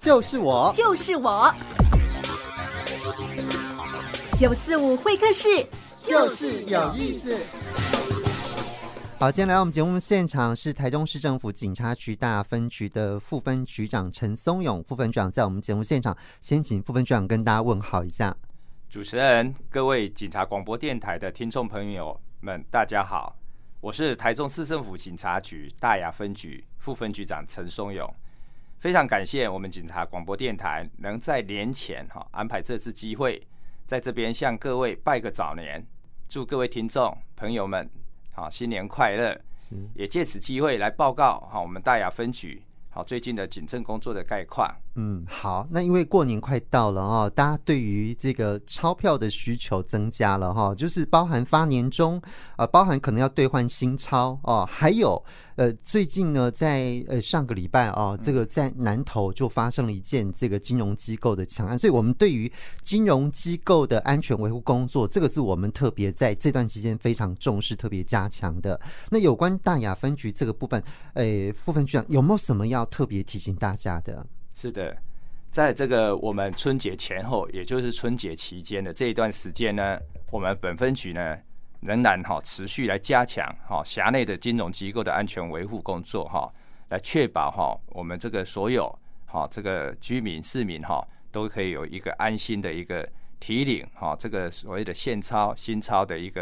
就是我， 就是我。945会客室， 就是有意思。好，今天来到我们节目现场是台中市政府警察局大雅分局的副分局长陈松勇副分局长，在我们节目现场，先请副分局长跟大家问好一下。 主持人、各位警察广播电台的听众朋友们，大家好，我是台中市政府警察局大雅分局副分局长陈松勇。非常感谢我们警察广播电台能在年前安排这次机会，在这边向各位拜个早年，祝各位听众朋友们新年快乐，也借此机会来报告我们大雅分局最近的警政工作的概况。 好，那因为过年快到了大家对于这个钞票的需求增加了就是包含发年终包含可能要兑换新钞还有最近呢在上个礼拜这个在南投就发生了一件这个金融机构的抢案，所以我们对于金融机构的安全维护工作，这个是我们特别在这段期间非常重视特别加强的。那有关大雅分局这个部分副分局长有没有什么要特别提醒大家的？ 是的，在这个我们春节前后，也就是春节期间的这一段时间呢，我们本分局呢仍然持续来加强辖内的金融机构的安全维护工作来确保我们这个所有这个居民市民都可以有一个安心的一个提领这个所谓的现钞新钞的一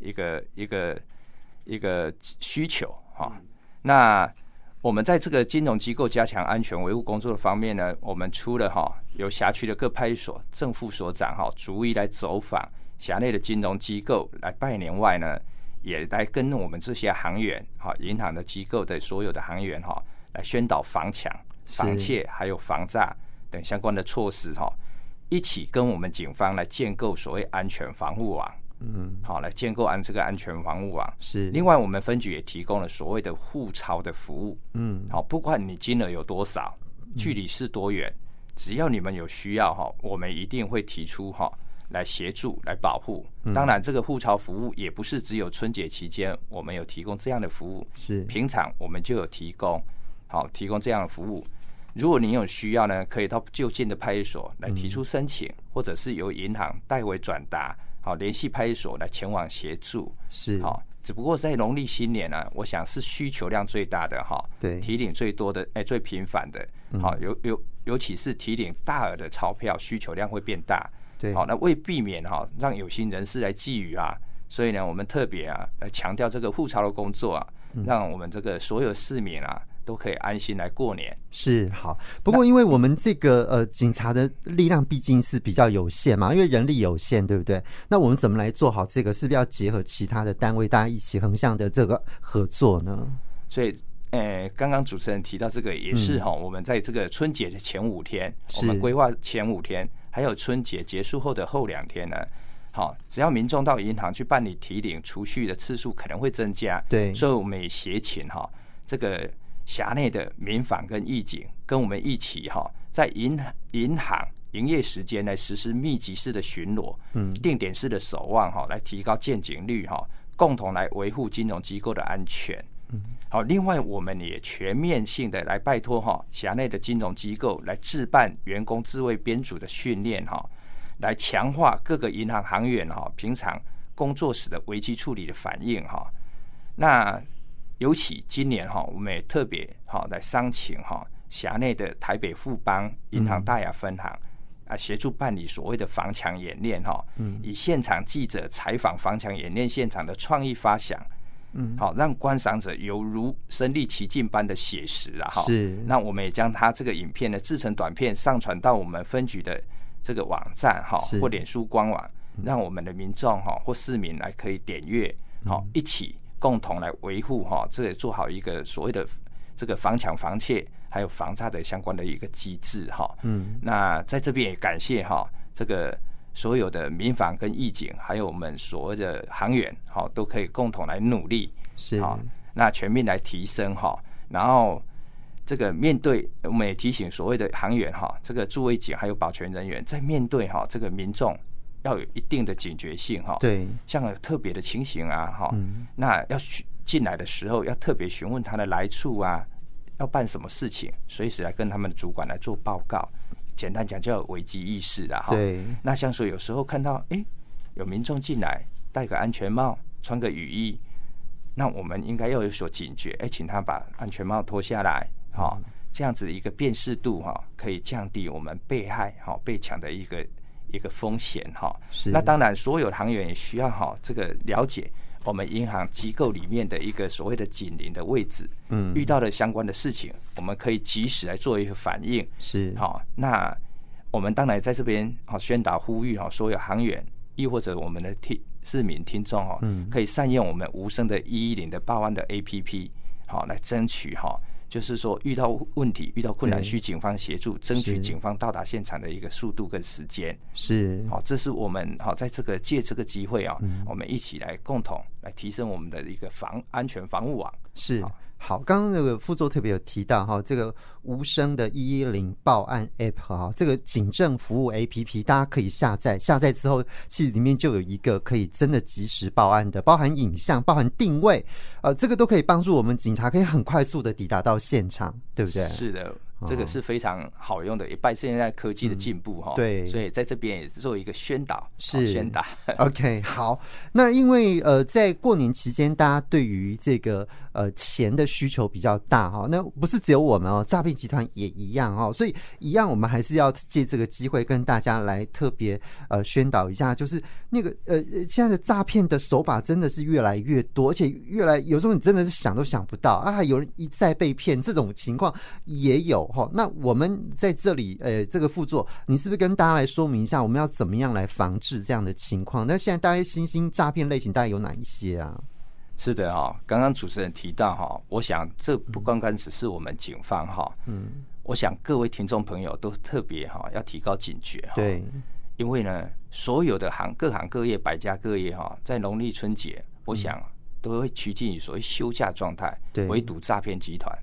个需求那我们在这个金融机构加强安全维护工作的方面呢，我们除了由辖区的各派出所正副所长逐一来走访辖内的金融机构来拜年外呢，也来跟我们这些行员银行的机构的所有的行员来宣导防抢、防窃还有防诈等相关的措施一起跟我们警方来建构所谓安全防护网。来建构这个安全防护网。是。另外，我们分局也提供了所谓的护钞的服务。不管你金额有多少，距离是多远，只要你们有需要我们一定会提出来协助、来保护。当然，这个护钞服务也不是只有春节期间我们有提供这样的服务，是平常我们就有提供这样的服务。如果你有需要呢，可以到就近的派出所来提出申请，或者是由银行代为转达。联系派出所来前往协助。是。只不过在农历新年呢，我想是需求量最大的对，提领最多的最频繁的尤其是提领大额的钞票需求量会变大。对。那为避免让有心人士来觊觎所以呢，我们特别来强调这个护钞的工作让我们这个所有市民都可以安心来过年。是。好，不过因为我们这个警察的力量毕竟是比较有限嘛，因为人力有限，对不对？那我们怎么来做好这个？是不是要结合其他的单位，大家一起横向的这个合作呢？所以刚刚主持人提到这个也是我们在这个春节的前5天，我们规划前5天，还有春节结束后的后2天呢。只要民众到银行去办理提领储蓄的次数可能会增加，对，所以我们也协请这个辖内的民防跟义警跟我们一起在银行营业时间来实施密集式的巡逻，定点式的守望来提高见警率共同来维护金融机构的安全。另外我们也全面性的来拜托辖内的金融机构来自办员工自卫编组的训练来强化各个银行行员平常工作时的危机处理的反应那尤其今年我们也特别来商请辖内的台北富邦银行大雅分行协助办理所谓的防抢演练以现场记者采访防抢演练现场的创意发想，让观赏者犹如身临其境般的写实是。那我们也将它这个影片的制成短片上传到我们分局的这个网站或脸书官网，让我们的民众或市民来可以点阅一起共同来维护这个做好一个所谓的这个防抢防窃还有防诈的相关的一个机制那在这边也感谢这个所有的民防跟义警还有我们所谓的行员都可以共同来努力，是那全面来提升然后这个面对我们也提醒所谓的行员这个驻卫警还有保全人员在面对这个民众要有一定的警觉性对，像有特别的情形那要进来的时候要特别询问他的来处要办什么事情，随时来跟他们的主管来做报告。简单讲叫有危机意识啦。 对。 那像说有时候看到有民众进来，戴个安全帽，穿个雨衣，那我们应该要有所警觉，请他把安全帽脱下来，这样子的一个辨识度可以降低我们被害被抢的一个风险。那当然所有的行员也需要这个了解我们银行机构里面的一个所谓的警铃的位置，遇到的相关的事情，我们可以及时来做一个反应。 是。 那我们当然在这边宣导呼吁所有行员，亦或者我们的市民听众可以善用我们无声的110的报案的 APP，来争取就是说遇到问题、遇到困难需警方协助，争取警方到达现场的一个速度跟时间。 是。 这是我们在借这个机会我们一起来共同来提升我们的一个安全防护网。 是。好，刚刚那个副座特别有提到这个无声的110报案 App 这个警政服务 APP 大家可以下载之后，其实里面就有一个可以真的及时报案的，包含影像、包含定位，这个都可以帮助我们警察可以很快速的抵达到现场，对不对？ 是的。这个是非常好用的，也拜现在科技的进步对， 所以在这边也做一个宣导，宣导。 OK， 好，那因为在过年期间，大家对于这个钱的需求比较大那不是只有我们诈骗集团也一样所以一样我们还是要借这个机会跟大家来特别宣导一下，就是那个现在的诈骗的手法真的是越来越多，而且有时候你真的是想都想不到有人一再被骗，这种情况也有。那我们在这里这个副座，你是不是跟大家来说明一下我们要怎么样来防治这样的情况？那现在大概新兴诈骗类型大概有哪一些啊？ 是的刚刚主持人提到我想这不光光只是我们警方我想各位听众朋友都特别要提高警觉对， 因为呢所有的各行各业百家各业在农历春节我想都会趋近于所谓休假状态，唯独诈骗集团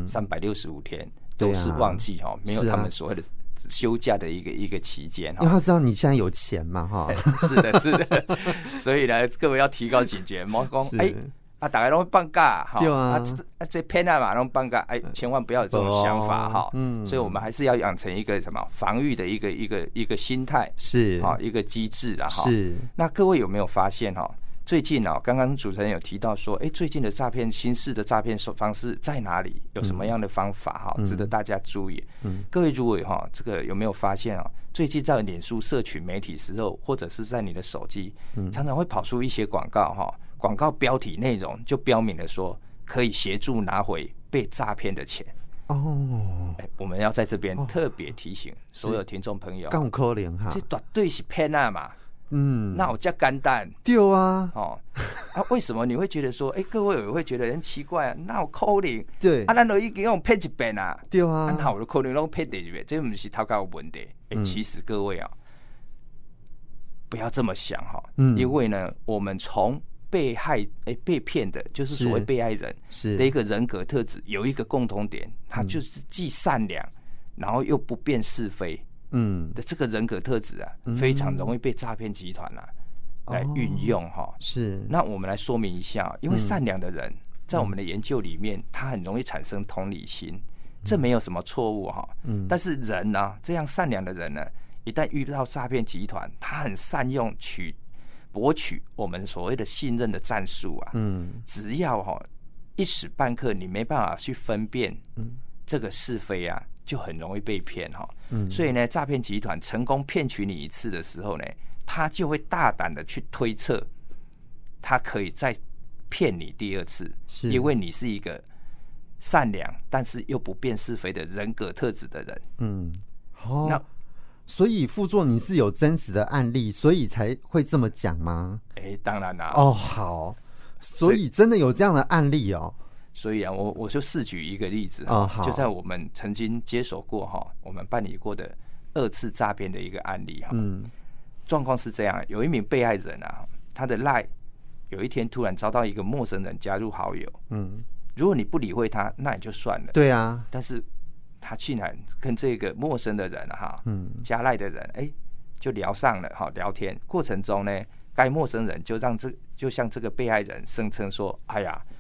365天都是旺季没有他们所谓的休假的一个期间因为他知道你现在有钱嘛是的是的所以呢各位要提高警觉，莫讲大家都放假对啊这骗嘛都放假千万不要有这种想法所以我们还是要养成一个什么防御的一个心态， 是一个机制是。 那各位有没有发现最近刚刚主持人有提到说最近的新式的诈骗方式在哪里，有什么样的方法值得大家注意。各位如果这个有没有发现最近在脸书社群媒体时候，或者是在你的手机常常会跑出一些广告广告标题内容就标明了说可以协助拿回被诈骗的钱我们要在这边特别提醒所有听众朋友， 更有可能这绝对是骗嘛那我叫简单对啊为什么你会觉得说各位也会觉得很奇怪那有可能对咱都已经用骗一遍对啊那有可能都骗第二遍，这不是头壳有问题其实各位不要这么想因为呢我们从被骗的就是所谓被害人的一个人格特质有一个共同点，他就是既善良然后又不辨是非的这个人格特质非常容易被诈骗集团来运用是。 那我们来说明一下，因为善良的人在我们的研究里面他很容易产生同理心这没有什么错误但是人这样善良的人呢，一旦遇到诈骗集团，他很善用博取我们所谓的信任的战术只要一时半刻你没办法去分辨这个是非就很容易被骗所以呢诈骗集团成功骗取你一次的时候呢，他就会大胆的去推测他可以再骗你第二次，因为你是一个善良但是又不辨是非的人格特质的人那所以副座你是有真实的案例所以才会这么讲吗？ 当然啦好，所以真的有这样的案例所以我就试举一个例子就在我们曾经接手过我们办理过的2次诈骗的一个案例状况是这样，有一名被害人他的 LINE 有一天突然遭到一个陌生人加入好友如果你不理会他那也就算了， 对啊， 但是他竟然跟这个陌生的人加 LINE 的人就聊上了聊天过程中呢，该陌生人就向这个被害人声称说哎呀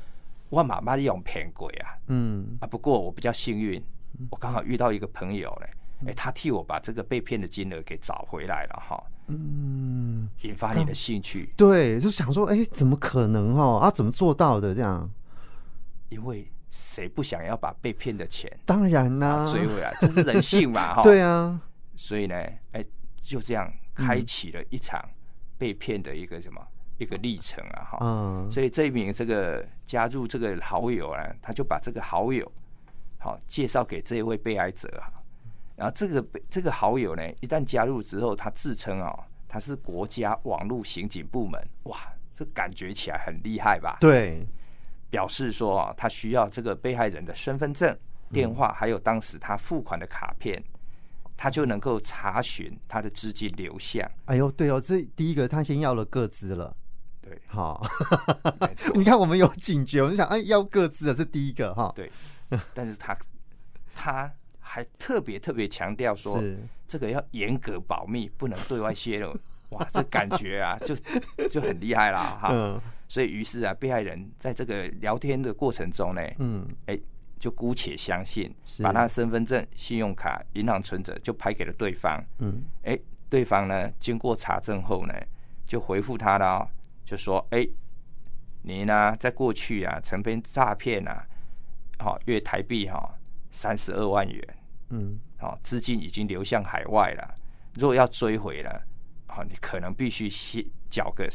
我嘛捌用骗过啊，不过我比较幸运，我刚好遇到一个朋友嘞，他替我把这个被骗的金额给找回来了哈，引发你的兴趣， 对，就想说，怎么可能怎么做到的这样？ 因为谁不想要把被骗的钱当然啦、 追回来，这是人性嘛哈。 对啊， 所以呢，就这样开启了一场被骗的一个一个历程啊哈。所以这一名这个加入这个好友呢，他就把这个好友介绍给这一位被害者啊。然后这个好友呢，一旦加入之后，他自称他是国家网络刑警部门，哇，这感觉起来很厉害吧？ 对。 表示说他需要这个被害人的身份证、电话，还有当时他付款的卡片，他就能够查询他的资金流向。 哎呦，对哦，这第一个他先要了个资了。 对， 好，你看我们有警觉，我就想，要个资的是第一个哈。 对，但是他还特别强调说，这个要严格保密，不能对外泄露。哇，这感觉啊，就很厉害啦哈。所以于是啊，被害人在这个聊天的过程中呢，就姑且相信，把他的身份证、信用卡、银行存折就拍给了对方。对方呢经过查证后呢，就回复他了就说，你呢在过去啊曾被诈骗啊，约台币32万元，资金已经流向海外了，如果要追回了，你可能必须缴个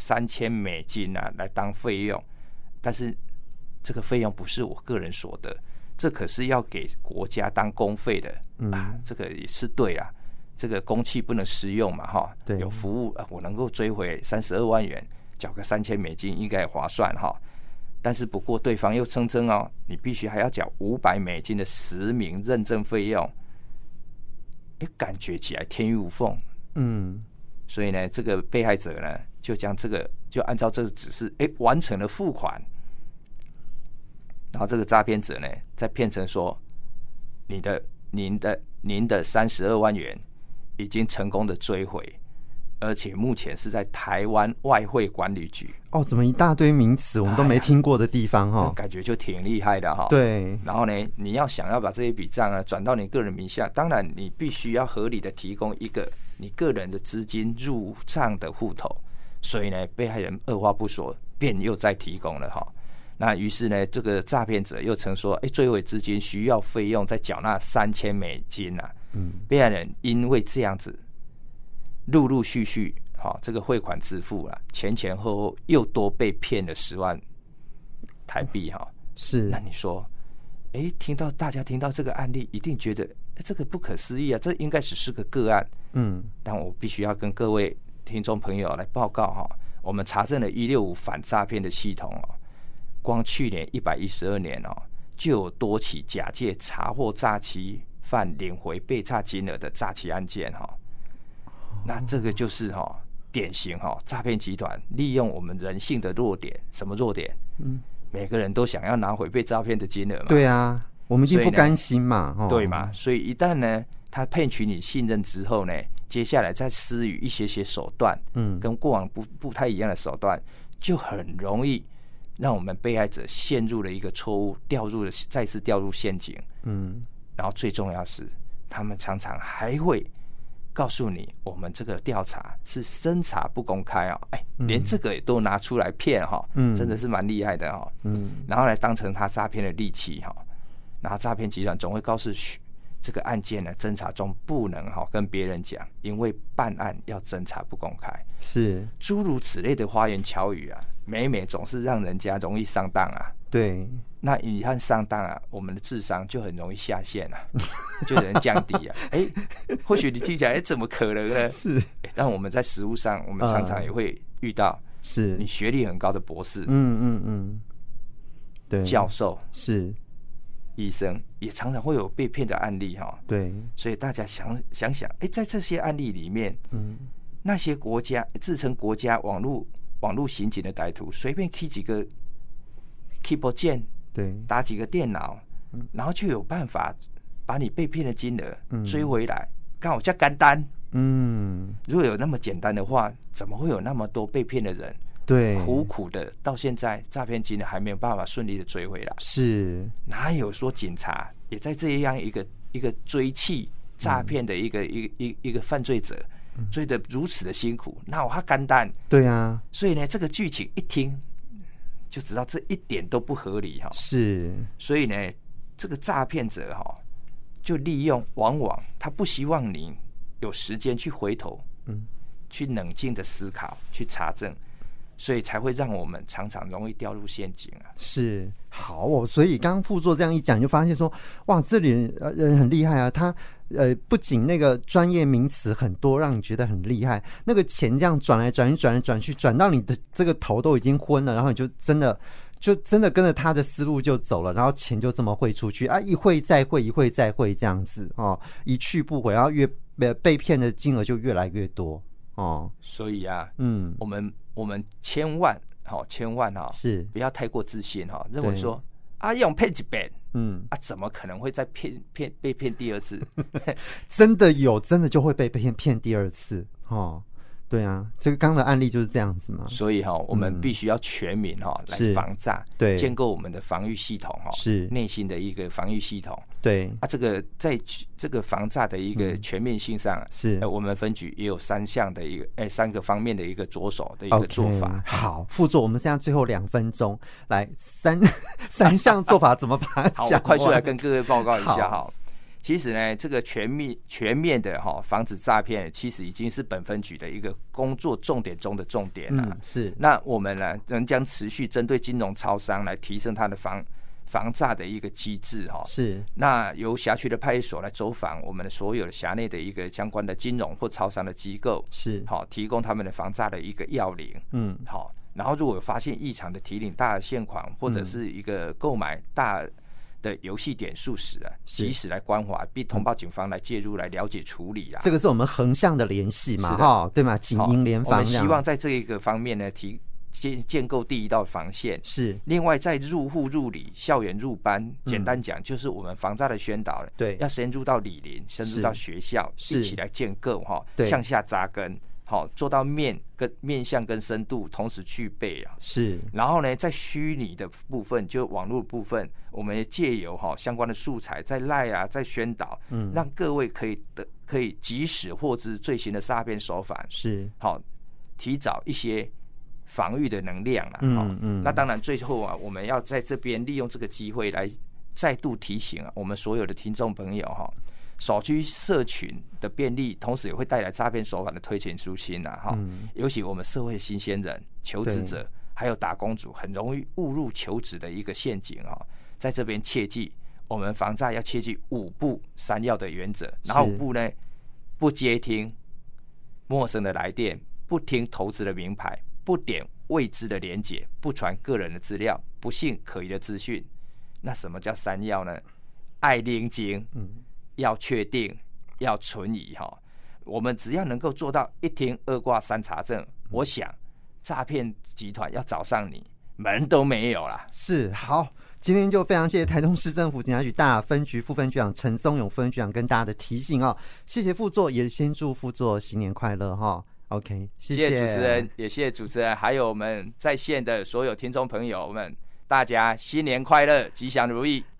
$3000啊来当费用，但是这个费用不是我个人所得，这可是要给国家当公费的，这个也是对啦，这个公器不能私用嘛哈，有服务我能够追回32万元，缴个$3000应该也划算哈。但是不过对方又声称你必须还要缴$500的实名认证费用，感觉起来天衣无缝，所以呢，这个被害者呢，就按照这个指示，完成了付款。然后这个诈骗者呢，再骗成说，您的32万元已经成功的追回，而且目前是在台湾外汇管理局。 怎么一大堆名词我们都没听过的地方哈？ 感觉就挺厉害的哈。对。然后呢，你想要把这一笔账呢转到你个人名下，当然你必须要合理的提供一个你个人的资金入账的户头。所以呢，被害人二话不说，便又再提供了哈。那于是呢，这个诈骗者又称说，追回资金需要费用再缴纳$3000啊。被害人因为这样子，陆陆续续这个汇款支付了，前后又多被骗了10万台币哈。是，那你说，大家听到这个案例，一定觉得这个不可思议啊，这应该只是个个案。但我必须要跟各位听众朋友来报告哈，我们查证了165反诈骗的系统光去年112年就有多起假借查获诈欺犯领回被诈金额的诈欺案件那这个就是典型诈骗集团利用我们人性的弱点。什么弱点？每个人都想要拿回被诈骗的金额嘛。对啊，我们一定不甘心嘛。对嘛？所以一旦呢，他骗取你信任之后呢，接下来再施予一些手段，跟过往不太一样的手段，就很容易让我们被害者陷入了一个错误，再次掉入陷阱。然后最重要是，他们常常还会告诉你，我们这个调查是侦查不公开连这个也都拿出来骗真的是蛮厉害的然后来当成他诈骗的利器然后诈骗集团总会告诉这个案件呢，侦查中不能跟别人讲，因为办案要侦查不公开，是诸如此类的花言巧语每总是让人家容易上当对，那一旦上当我们的智商就很容易下线就有人降低或许你听起来怎么可能呢？是，但我们在实务上，我们常常也会遇到，是你学历很高的博士，对，教授是。医生也常常会有被骗的案例对，所以大家想在这些案例里面，那些国家自称国家网络刑警的歹徒，随便 key 几个 keyboard 键，对，打几个电脑，然后就有办法把你被骗的金额追回来，刚好叫简单。如果有那么简单的话，怎么会有那么多被骗的人对， 苦苦的到现在诈骗集团还没有办法顺利的追回来。 是， 哪有说警察也在这样一个追缉诈骗的一个犯罪者追得如此的辛苦，那我还干单？ 对啊， 所以呢，这个剧情一听就知道这一点都不合理哈。 是， 所以呢，这个诈骗者哈就利用，往往他不希望你有时间去回头，去冷静的思考，去查证。所以才会让我们常常容易掉入陷阱啊！ 是，好哦。所以刚刚副座这样一讲，就发现说，哇，这里人很厉害啊！他不仅那个专业名词很多，让你觉得很厉害，那个钱这样转来转去，转来转去，转到你的这个头都已经昏了，然后你就真的跟着他的思路就走了，然后钱就这么汇出去啊，一汇再汇，一汇再汇这样子哦，一去不回，然后被骗的金额就越来越多哦。 所以啊，我们千万是不要太过自信哈，认为说用骗一遍，怎么可能会再被骗第二次？ 真的就会被骗第二次哦。对啊，这个刚的案例就是这样子嘛。 所以我们必须要全民来防诈， 对， 建构我们的防御系统是内心的一个防御系统。 对这个在这个防诈的一个全面性上， 是我们分局也有3个方面的一个着手的一个做法。 好，副座，我们现在最后2分钟，来三项做法怎么把它讲完？ 好，我快速来跟各位报告一下哈。其实呢，这个全面的防止诈骗，其实已经是本分局的一个工作重点中的重点了。 是。 那我们呢，仍将持续针对金融超商来提升它的防诈的一个机制哈。 是。那由辖区的派出所来走访我们所有的辖内的一个相关的金融或超商的机构， 是。 好，提供他们的防诈的一个要领。好。然后如果有发现异常的提领大的现款，或者是一个购买大的游戏点数时及时来关怀，并通报警方来介入来了解处理啦。 这个是我们横向的联系嘛，对吗？警营联防， 我们希望在这一个方面呢，建构第一道防线。 是。另外，在入户入里、校园入班，简单讲就是我们防诈的宣导， 对， 要深入到里邻，深入到学校，一起来建构向下扎根。好，做到面向跟深度同时具备啊。 是。然后呢，在虚拟的部分，就网络部分，我们借由相关的素材，在LINE在宣导，让各位可以及时获知最新的诈骗手法， 是。 好，提早一些防御的能量啦。那当然最后我们要在这边利用这个机会来再度提醒我们所有的听众朋友手机社群的便利，同时也会带来诈骗手法的推陈出新尤其我们社会的新鲜人、求职者，还有打工族，很容易误入求职的一个陷阱在这边切记，我们防诈要切记5不3要的原则。然后5不呢，不接听陌生的来电，不听投资的名牌，不点未知的连结，不传个人的资料，不信可疑的资讯。那什么叫3要呢？爱拎经。要确定，要存疑我们只要能够做到1听2挂3查证，我想诈骗集团要找上你门都没有啦。 是。好，今天就非常谢谢台东市政府警察局大分局副分局长陈松勇副分局长跟大家的提醒谢谢副座，也先祝副座新年快乐OK， 谢谢主持人，也谢谢主持人，还有我们在线的所有听众朋友们，大家新年快乐，吉祥如意。